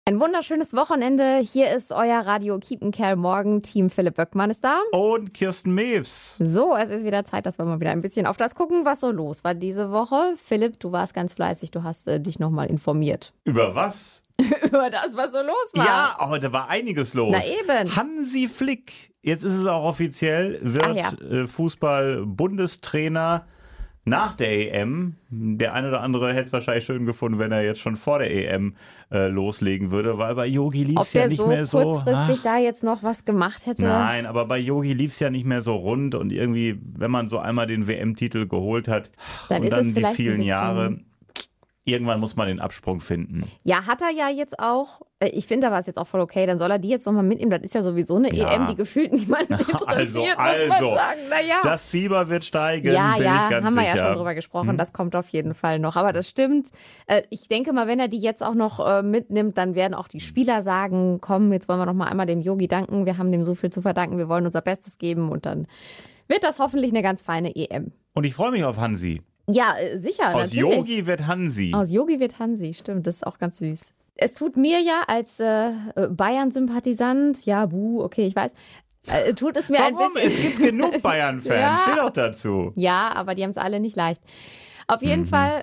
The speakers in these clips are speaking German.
Ein wunderschönes Wochenende. Hier ist euer Radio Kiepenkerl morgen. Team Philipp Böckmann ist da. Und Kirsten Mews. So, es ist wieder Zeit, dass wir mal wieder ein bisschen auf das gucken, was so los war diese Woche. Philipp, du warst ganz fleißig. Du hast dich nochmal informiert. Über was? Über das, was so los war. Ja, heute war einiges los. Na eben. Hansi Flick, jetzt ist es auch offiziell, wird Fußball-Bundestrainer nach der EM. Der eine oder andere hätte es wahrscheinlich schön gefunden, wenn er jetzt schon vor der EM loslegen würde, weil bei Jogi lief es ja nicht mehr so. Ob der so kurzfristig da jetzt noch was gemacht hätte? Nein, aber bei Jogi lief es ja nicht mehr so rund und irgendwie, wenn man so einmal den WM-Titel geholt hat dann und dann die ein vielen Jahre, irgendwann muss man den Absprung finden. Ja, hat er ja jetzt auch. Ich finde, da war es jetzt auch voll okay. Dann soll er die jetzt nochmal mitnehmen. Das ist ja sowieso eine EM, die gefühlt niemanden interessiert, muss man sagen. Naja. Das Fieber wird steigen, ja, bin ich ganz haben wir sicher. ja schon drüber gesprochen. Das kommt auf jeden Fall noch. Aber das stimmt. Ich denke mal, wenn er die jetzt auch noch mitnimmt, dann werden auch die Spieler sagen, komm, jetzt wollen wir noch mal einmal dem Yogi danken. Wir haben dem so viel zu verdanken. Wir wollen unser Bestes geben. Und dann wird das hoffentlich eine ganz feine EM. Und ich freue mich auf Hansi. Ja, sicher, Aus natürlich. Yogi wird Hansi. Aus Yogi wird Hansi, stimmt. Das ist auch ganz süß. Es tut mir ja als Bayern-Sympathisant, ja, okay, ich weiß, tut es mir ein bisschen... Es gibt genug Bayern-Fans, Ja. Steh doch dazu. Ja, aber die haben es alle nicht leicht. Auf jeden Fall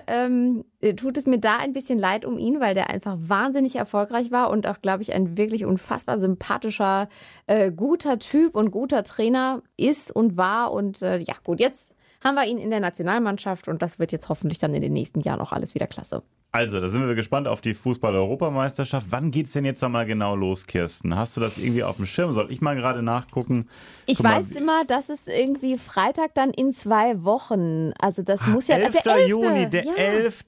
tut es mir da ein bisschen leid um ihn, weil der einfach wahnsinnig erfolgreich war und auch, glaube ich, ein wirklich unfassbar sympathischer, guter Typ und guter Trainer ist und war. Und ja, gut, jetzt haben wir ihn in der Nationalmannschaft und das wird jetzt hoffentlich dann in den nächsten Jahren auch alles wieder klasse. Also, da sind wir gespannt auf die Fußball-Europameisterschaft. Wann geht's denn jetzt nochmal genau los, Kirsten? Hast du das irgendwie auf dem Schirm? Soll ich mal gerade nachgucken? Ich weiß immer, dass es irgendwie Freitag dann in 2 Wochen, also das muss ja... 11. der 11. Juni, der ja. 11.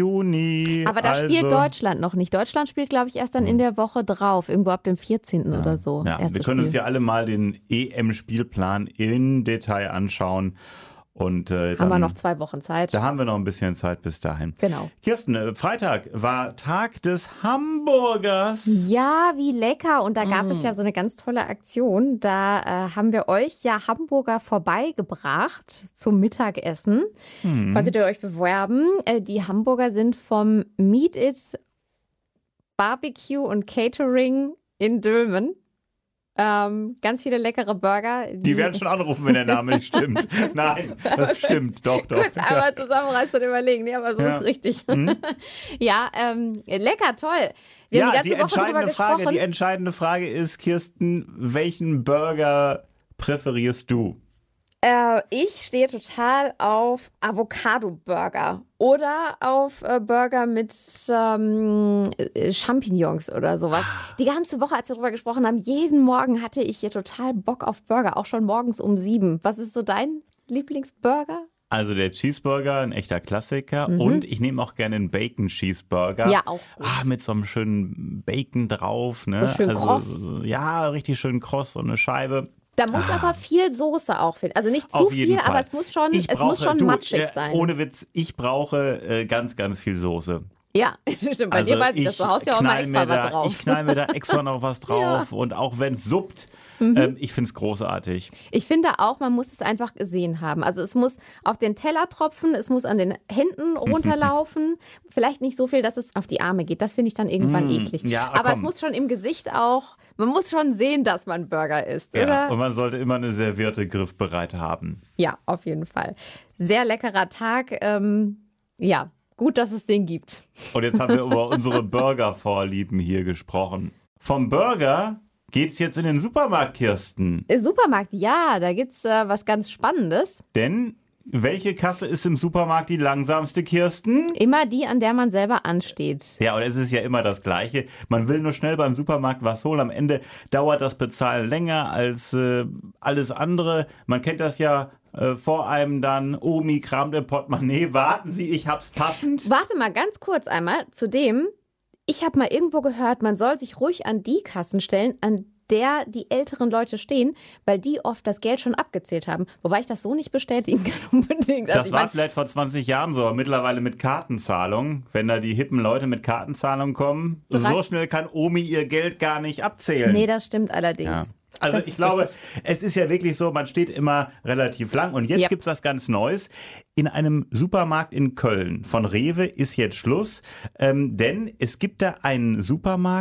Juni. Aber da spielt Deutschland noch nicht. Deutschland spielt, glaube ich, erst dann in der Woche drauf, irgendwo ab dem 14. oder so. Ja, wir können uns ja alle mal den EM-Spielplan im Detail anschauen. Und, haben wir noch 2 Wochen Zeit. Da haben wir noch ein bisschen Zeit bis dahin. Genau. Kirsten, Freitag war Tag des Hamburgers. Ja, wie lecker. Und da gab es ja so eine ganz tolle Aktion. Da haben wir euch ja Hamburger vorbeigebracht zum Mittagessen. Wolltet ihr euch bewerben? Die Hamburger sind vom Meet It Barbecue und Catering in Dülmen. Ganz viele leckere Burger. Die werden schon anrufen, wenn der Name nicht stimmt. Nein, das stimmt. Doch. Kurz einmal zusammenreißen und überlegen. Nee, aber so ist richtig. Ja, lecker, toll. Wir haben die ganze Woche drüber gesprochen. Die entscheidende Frage ist, Kirsten, welchen Burger präferierst du? Ich stehe total auf Avocado-Burger oder auf Burger mit Champignons oder sowas. Die ganze Woche, als wir darüber gesprochen haben, jeden Morgen hatte ich hier total Bock auf Burger, auch schon morgens um 7. Was ist so dein Lieblingsburger? Also der Cheeseburger, ein echter Klassiker. Und ich nehme auch gerne einen Bacon-Cheeseburger. Ja, auch gut. Mit so einem schönen Bacon drauf. Ne? So schön kross. Ja, richtig schön kross und eine Scheibe. Da muss aber viel Soße auch finden. Also nicht zu viel, aber es muss schon, matschig sein. Ohne Witz, ich brauche ganz, ganz viel Soße. Ja, stimmt. Bei dir weiß ich das. Du haust ja auch mal extra was drauf. Ich knall mir da extra noch was drauf. Ja. Und auch wenn es suppt, ich finde es großartig. Ich finde auch, man muss es einfach gesehen haben. Also es muss auf den Teller tropfen, es muss an den Händen runterlaufen. Vielleicht nicht so viel, dass es auf die Arme geht. Das finde ich dann irgendwann eklig. Ja, aber es muss schon im Gesicht auch, man muss schon sehen, dass man Burger isst, ja, oder? Und man sollte immer eine Serviette griffbereit haben. Ja, auf jeden Fall. Sehr leckerer Tag. Ja, gut, dass es den gibt. Und jetzt haben wir über unsere Burger-Vorlieben hier gesprochen. Vom Burger geht's jetzt in den Supermarkt, Kirsten. Supermarkt, ja, da gibt's was ganz Spannendes. Denn welche Kasse ist im Supermarkt die langsamste, Kirsten? Immer die, an der man selber ansteht. Ja, und es ist ja immer das Gleiche. Man will nur schnell beim Supermarkt was holen. Am Ende dauert das Bezahlen länger als alles andere. Man kennt das ja. Vor einem dann, Omi kramt im Portemonnaie, warten Sie, ich hab's passend. Warte mal ganz kurz einmal zu dem. Ich habe mal irgendwo gehört, man soll sich ruhig an die Kassen stellen, an der die älteren Leute stehen, weil die oft das Geld schon abgezählt haben. Wobei ich das so nicht bestätigen kann unbedingt. Das war vielleicht vor 20 Jahren so, aber mittlerweile mit Kartenzahlung. Wenn da die hippen Leute mit Kartenzahlung kommen, so schnell kann Omi ihr Geld gar nicht abzählen. Nee, das stimmt allerdings. Ja. Also ich glaube, es ist ja wirklich so, man steht immer relativ lang. Und jetzt gibt's was ganz Neues. In einem Supermarkt in Köln von Rewe ist jetzt Schluss, denn es gibt da einen Supermarkt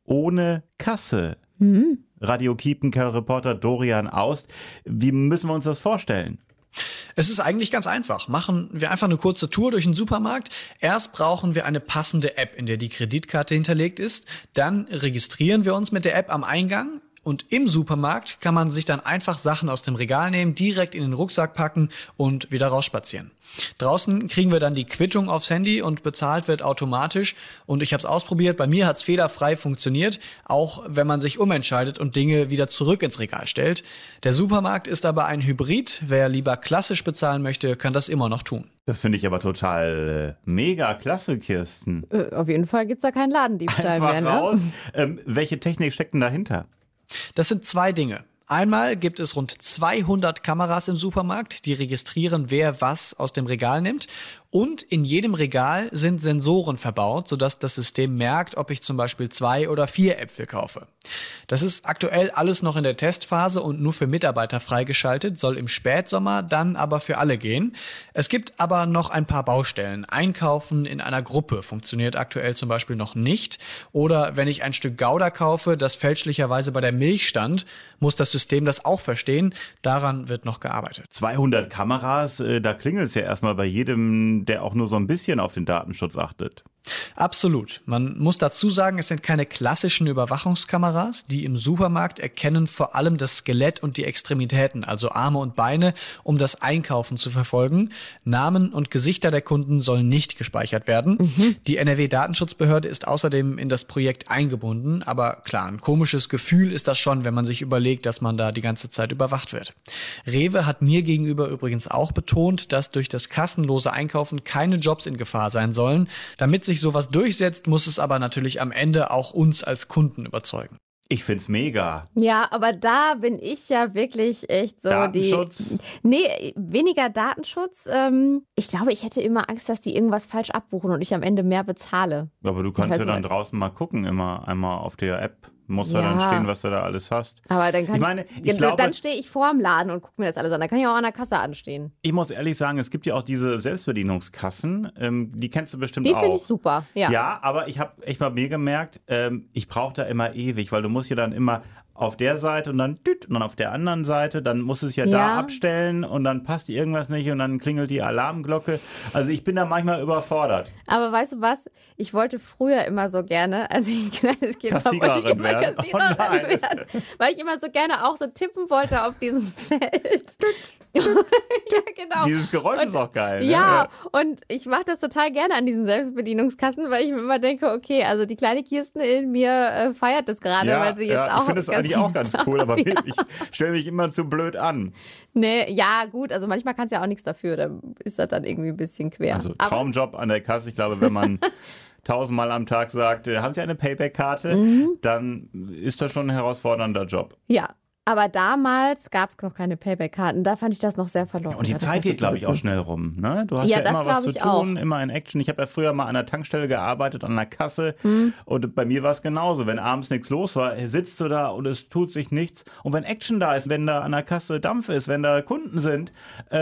ohne Kasse. Radio Kiepenkerl-Reporter Dorian Aust. Wie müssen wir uns das vorstellen? Es ist eigentlich ganz einfach. Machen wir einfach eine kurze Tour durch den Supermarkt. Erst brauchen wir eine passende App, in der die Kreditkarte hinterlegt ist. Dann registrieren wir uns mit der App am Eingang. Und im Supermarkt kann man sich dann einfach Sachen aus dem Regal nehmen, direkt in den Rucksack packen und wieder rausspazieren. Draußen kriegen wir dann die Quittung aufs Handy und bezahlt wird automatisch. Und ich habe es ausprobiert, bei mir hat es fehlerfrei funktioniert, auch wenn man sich umentscheidet und Dinge wieder zurück ins Regal stellt. Der Supermarkt ist aber ein Hybrid. Wer lieber klassisch bezahlen möchte, kann das immer noch tun. Das finde ich aber total mega klasse, Kirsten. Auf jeden Fall gibt es da keinen Ladendiebstahl Einfach mehr. Ne? raus. Welche Technik steckt denn dahinter? Das sind zwei Dinge. Einmal gibt es rund 200 Kameras im Supermarkt, die registrieren, wer was aus dem Regal nimmt. Und in jedem Regal sind Sensoren verbaut, sodass das System merkt, ob ich zum Beispiel 2 oder 4 Äpfel kaufe. Das ist aktuell alles noch in der Testphase und nur für Mitarbeiter freigeschaltet, soll im Spätsommer dann aber für alle gehen. Es gibt aber noch ein paar Baustellen. Einkaufen in einer Gruppe funktioniert aktuell zum Beispiel noch nicht. Oder wenn ich ein Stück Gouda kaufe, das fälschlicherweise bei der Milch stand, muss das System das auch verstehen. Daran wird noch gearbeitet. 200 Kameras, da klingelt es ja erstmal bei jedem, der auch nur so ein bisschen auf den Datenschutz achtet. Absolut. Man muss dazu sagen, es sind keine klassischen Überwachungskameras. Die im Supermarkt erkennen vor allem das Skelett und die Extremitäten, also Arme und Beine, um das Einkaufen zu verfolgen. Namen und Gesichter der Kunden sollen nicht gespeichert werden. Die NRW-Datenschutzbehörde ist außerdem in das Projekt eingebunden. Aber klar, ein komisches Gefühl ist das schon, wenn man sich überlegt, dass man da die ganze Zeit überwacht wird. Rewe hat mir gegenüber übrigens auch betont, dass durch das kassenlose Einkaufen keine Jobs in Gefahr sein sollen. Damit sich sowas durchsetzt, muss es aber natürlich am Ende auch uns als Kunden überzeugen. Ich find's mega. Ja, aber da bin ich ja wirklich echt so Datenschutz? Nee, weniger Datenschutz. Ich glaube, ich hätte immer Angst, dass die irgendwas falsch abbuchen und ich am Ende mehr bezahle. Aber du kannst ja dann draußen mal gucken, immer einmal auf der App. Muss da dann stehen, was du da alles hast. Aber dann glaube, dann stehe ich vor dem Laden und gucke mir das alles an. Da kann ich auch an der Kasse anstehen. Ich muss ehrlich sagen, es gibt ja auch diese Selbstbedienungskassen. Die kennst du bestimmt Die auch. finde ich super, ja. Ja, aber ich habe echt bei mir gemerkt, ich brauche da immer ewig, weil du musst ja dann immer auf der Seite und dann auf der anderen Seite, dann musst du es ja da abstellen und dann passt irgendwas nicht und dann klingelt die Alarmglocke. Also ich bin da manchmal überfordert. Aber weißt du was? Ich wollte früher immer so gerne, als ich ein kleines Kind war, wollte ich immer Kassiererin werden. Weil ich immer so gerne auch so tippen wollte auf diesem Feld. Ja, genau. Dieses Geräusch ist auch geil. Ne? Ja, und ich mache das total gerne an diesen Selbstbedienungskassen, weil ich mir immer denke, okay, also die kleine Kirsten in mir feiert das gerade, weil sie jetzt auch ich finde das eigentlich auch ganz cool, aber ich stelle mich immer zu blöd an. Nee, ja, gut, also manchmal kannst du ja auch nichts dafür, dann ist das dann irgendwie ein bisschen quer. Also Traumjob an der Kasse, ich glaube, wenn man 1000-mal am Tag sagt, haben Sie eine Payback-Karte, dann ist das schon ein herausfordernder Job. Ja. Aber damals gab es noch keine Payback-Karten. Da fand ich das noch sehr verlockend. Ja, und die Zeit geht, glaube ich, auch schnell rum. Ne? Du hast ja immer was zu tun, immer in Action. Ich habe ja früher mal an der Tankstelle gearbeitet, an der Kasse. Und bei mir war es genauso. Wenn abends nichts los war, sitzt du da und es tut sich nichts. Und wenn Action da ist, wenn da an der Kasse Dampf ist, wenn da Kunden sind,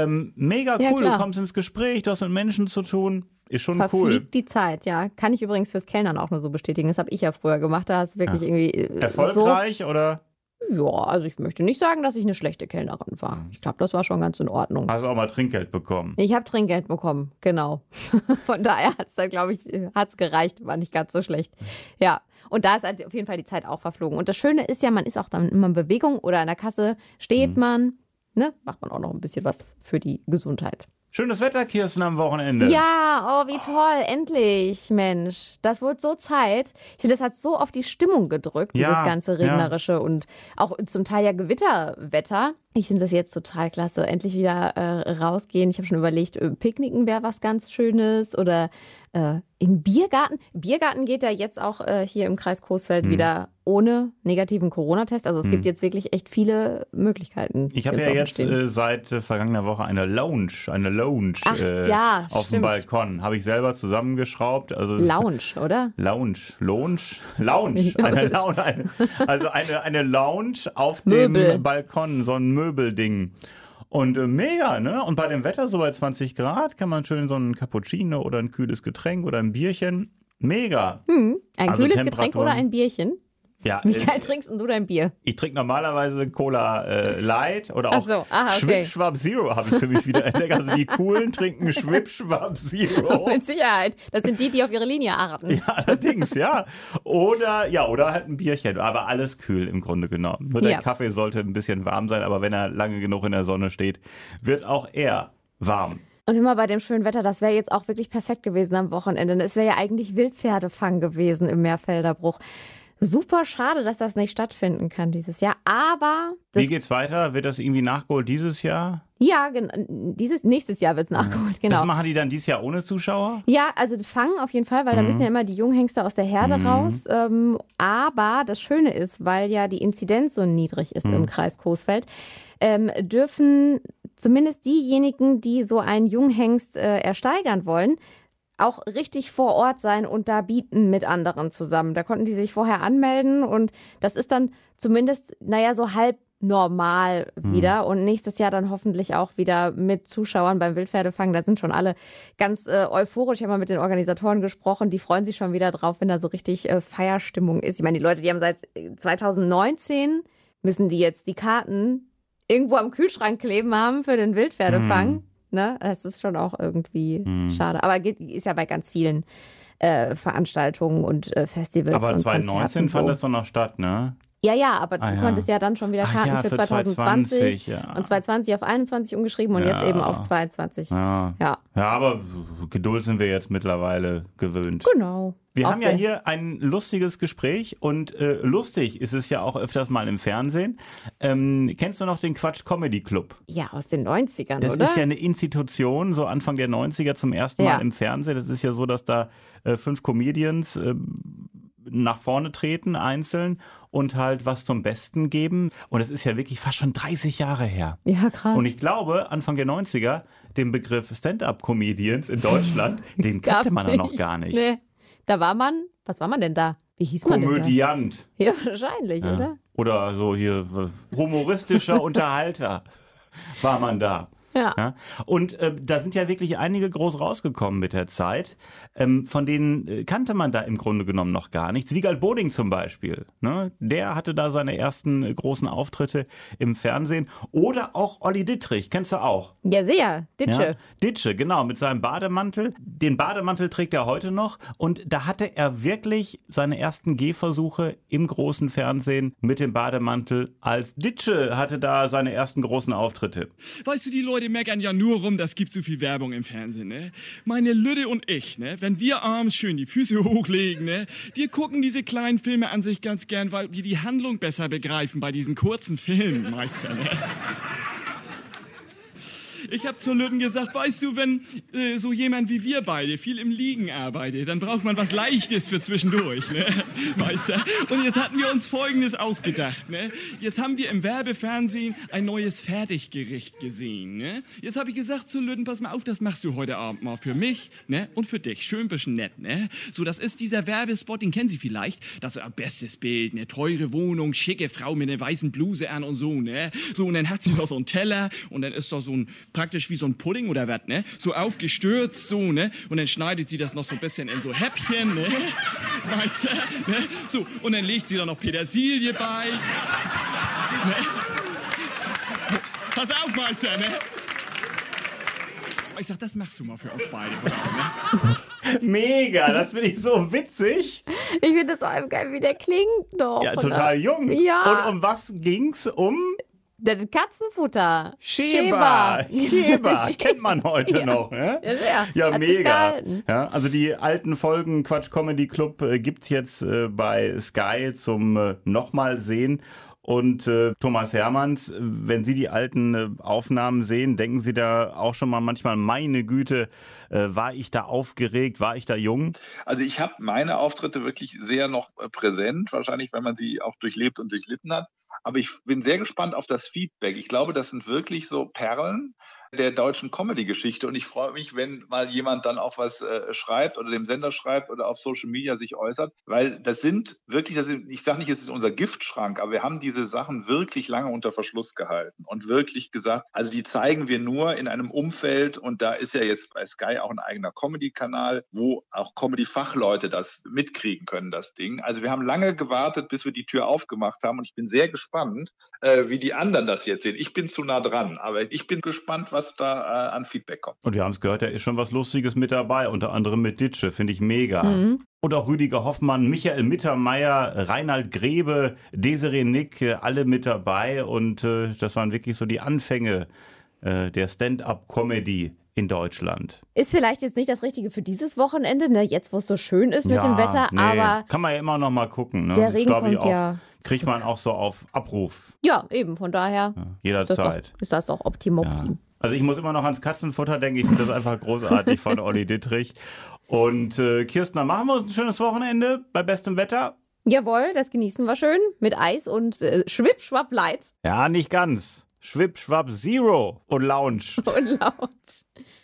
mega cool. Ja, du kommst ins Gespräch, du hast mit Menschen zu tun. Ist schon Verfliegt cool. die Zeit, ja. Kann ich übrigens fürs Kellnern auch nur so bestätigen. Das habe ich ja früher gemacht. Da hast du wirklich irgendwie erfolgreich oder? Ja, also ich möchte nicht sagen, dass ich eine schlechte Kellnerin war. Ich glaube, das war schon ganz in Ordnung. Hast du auch mal Trinkgeld bekommen? Ich habe Trinkgeld bekommen, genau. Von daher hat es dann, glaube ich, hat's gereicht. War nicht ganz so schlecht. Ja, und da ist halt auf jeden Fall die Zeit auch verflogen. Und das Schöne ist ja, man ist auch dann immer in Bewegung oder an der Kasse steht man, ne, macht man auch noch ein bisschen was für die Gesundheit. Schönes Wetter, Kirsten, am Wochenende. Ja, oh, wie toll, endlich, Mensch. Das wurde so Zeit. Ich finde, das hat so auf die Stimmung gedrückt, dieses ganze regnerische und auch zum Teil ja Gewitterwetter. Ich finde das jetzt total klasse. Endlich wieder rausgehen. Ich habe schon überlegt, Picknicken wäre was ganz Schönes oder in Biergarten. Biergarten geht ja jetzt auch hier im Kreis Coesfeld wieder ohne negativen Corona-Test. Also es gibt jetzt wirklich echt viele Möglichkeiten. Ich habe ja jetzt seit vergangener Woche eine Lounge auf dem Balkon. Habe ich selber zusammengeschraubt. Also Lounge, oder? Lounge. Eine Lounge auf dem Balkon, so ein Möbelding. Und mega, ne? Und bei dem Wetter, so bei 20 Grad, kann man schön so ein Cappuccino oder ein kühles Getränk oder ein Bierchen. Mega. Ein kühles Getränk oder ein Bierchen? Ja, Wie geil trinkst denn du dein Bier? Ich trinke normalerweise Cola Light oder auch okay. Schwip-Schwab Zero habe ich für mich wieder entdeckt. Also die Coolen trinken Schwip-Schwab Zero. Mit Sicherheit. Das sind die auf ihre Linie achten. Ja, allerdings, ja. Oder halt ein Bierchen. Aber alles kühl im Grunde genommen. Nur der Kaffee sollte ein bisschen warm sein, aber wenn er lange genug in der Sonne steht, wird auch er warm. Und immer bei dem schönen Wetter, das wäre jetzt auch wirklich perfekt gewesen am Wochenende. Es wäre ja eigentlich Wildpferdefang gewesen im Meerfelderbruch. Super schade, dass das nicht stattfinden kann dieses Jahr, aber... Wie geht's weiter? Wird das irgendwie nachgeholt dieses Jahr? Ja, nächstes Jahr wird's nachgeholt, genau. Das machen die dann dieses Jahr ohne Zuschauer? Ja, also fangen auf jeden Fall, weil da müssen ja immer die Junghengste aus der Herde raus. Aber das Schöne ist, weil ja die Inzidenz so niedrig ist im Kreis Coesfeld, dürfen zumindest diejenigen, die so einen Junghengst ersteigern wollen, auch richtig vor Ort sein und da bieten mit anderen zusammen. Da konnten die sich vorher anmelden und das ist dann zumindest, so halb normal wieder und nächstes Jahr dann hoffentlich auch wieder mit Zuschauern beim Wildpferdefang. Da sind schon alle ganz euphorisch. Ich habe mal mit den Organisatoren gesprochen, die freuen sich schon wieder drauf, wenn da so richtig Feierstimmung ist. Ich meine, die Leute, die haben seit 2019, müssen die jetzt die Karten irgendwo am Kühlschrank kleben haben für den Wildpferdefang. Ne? Das ist schon auch irgendwie schade. Aber ist ja bei ganz vielen Veranstaltungen und Festivals. Aber und 2019 fand das doch noch statt, ne? Ja, aber du konntest ja dann schon wieder Karten für 2020 und 2020 auf 21 umgeschrieben und jetzt eben auf 22. Ja, aber Geduld sind wir jetzt mittlerweile gewöhnt. Genau. Wir haben ja hier ein lustiges Gespräch und lustig ist es ja auch öfters mal im Fernsehen. Kennst du noch den Quatsch Comedy Club? Ja, aus den 90ern, das oder? Das ist ja eine Institution, so Anfang der 90er zum ersten Mal im Fernsehen. Das ist ja so, dass da 5 Comedians nach vorne treten, einzeln und halt was zum Besten geben. Und es ist ja wirklich fast schon 30 Jahre her. Ja, krass. Und ich glaube, Anfang der 90er, den Begriff Stand-Up-Comedians in Deutschland, den kannte man ja noch gar nicht. Nee. Da war man, was war man denn da? Wie hieß man denn da? Komödiant. Ja, wahrscheinlich, oder? Oder so hier humoristischer Unterhalter war man da. Ja. Und da sind ja wirklich einige groß rausgekommen mit der Zeit. Von denen kannte man da im Grunde genommen noch gar nichts. Wiegald Boding zum Beispiel. Ne? Der hatte da seine ersten großen Auftritte im Fernsehen. Oder auch Olli Dittrich, kennst du auch? Ja, sehr. Ditsche. Ja? Ditsche, genau, mit seinem Bademantel. Den Bademantel trägt er heute noch. Und da hatte er wirklich seine ersten Gehversuche im großen Fernsehen mit dem Bademantel. Als Ditsche hatte da seine ersten großen Auftritte. Weißt du, die Leute meckern ja nur rum, das gibt so viel Werbung im Fernsehen, ne? Meine Lütte und ich, ne? Wenn wir abends schön die Füße hochlegen, ne? Wir gucken diese kleinen Filme an sich ganz gern, weil wir die Handlung besser begreifen bei diesen kurzen Filmen, Meister, ne? Ich habe zur Lütten gesagt, weißt du, wenn so jemand wie wir beide viel im Liegen arbeitet, dann braucht man was Leichtes für zwischendurch, ne, Meister? Und jetzt hatten wir uns Folgendes ausgedacht, ne? Jetzt haben wir im Werbefernsehen ein neues Fertiggericht gesehen, ne? Jetzt habe ich gesagt zu Lütten, pass mal auf, das machst du heute Abend mal für mich, ne? Und für dich, schön bisschen nett, ne? So, das ist dieser Werbespot, den kennen Sie vielleicht. Das ist ein bestes Bild, eine teure Wohnung, schicke Frau mit einer weißen Bluse an und so, ne? So, und dann hat sie noch so einen Teller und dann ist da so ein praktisch wie so ein Pudding oder was, ne? So aufgestürzt, so, ne? Und dann schneidet sie das noch so ein bisschen in so Häppchen, ne? Weißt du, ne? So, und dann legt sie da noch Petersilie bei. Ne? Pass auf, Meister, ne? Ich sag, das machst du mal für uns beide. Ne? Mega, das finde ich so witzig. Ich finde das vor allem geil, wie der klingt doch. Ja, total jung. Ja. Und um was ging's? Das Katzenfutter. Sheba. Kennt man heute noch. Ne? Ja, mega. Ja, also die alten Folgen Quatsch Comedy Club gibt's jetzt bei Sky zum nochmal sehen. Und Thomas Hermanns, wenn Sie die alten Aufnahmen sehen, denken Sie da auch schon mal manchmal, meine Güte, war ich da aufgeregt, war ich da jung? Also ich habe meine Auftritte wirklich sehr noch präsent, wahrscheinlich, wenn man sie auch durchlebt und durchlitten hat. Aber ich bin sehr gespannt auf das Feedback. Ich glaube, das sind wirklich so Perlen, der deutschen Comedy-Geschichte. Und ich freue mich, wenn mal jemand dann auch was schreibt oder dem Sender schreibt oder auf Social Media sich äußert, weil das sind wirklich, ich sage nicht, es ist unser Giftschrank, aber wir haben diese Sachen wirklich lange unter Verschluss gehalten und wirklich gesagt, also die zeigen wir nur in einem Umfeld, und da ist ja jetzt bei Sky auch ein eigener Comedy-Kanal, wo auch Comedy-Fachleute das mitkriegen können, das Ding. Also wir haben lange gewartet, bis wir die Tür aufgemacht haben, und ich bin sehr gespannt, wie die anderen das jetzt sehen. Ich bin zu nah dran, aber ich bin gespannt, was da an Feedback kommt. Und wir haben es gehört, da ist schon was Lustiges mit dabei, unter anderem mit Ditsche, finde ich mega. Und auch Rüdiger Hoffmann, Michael Mittermeier, Reinhard Grebe, Desiree Nick, alle mit dabei, und das waren wirklich so die Anfänge der Stand-up-Comedy in Deutschland. Ist vielleicht jetzt nicht das Richtige für dieses Wochenende, ne? Jetzt wo es so schön ist mit dem Wetter, aber kann man ja immer noch mal gucken. Ne? Der Regen kommt auch, ja. Kriegt man auch so auf Abruf. Ja, eben, von daher Jederzeit. Ist das doch Optimum. Ja. Also ich muss immer noch ans Katzenfutter denken. Ich finde das einfach großartig von Olli Dittrich. Und Kirsten, dann machen wir uns ein schönes Wochenende bei bestem Wetter. Jawohl, das genießen wir schön mit Eis und Schwipp-Schwapp Light. Ja, nicht ganz. Schwipp, Schwapp, Zero und Lounge. Und Lounge.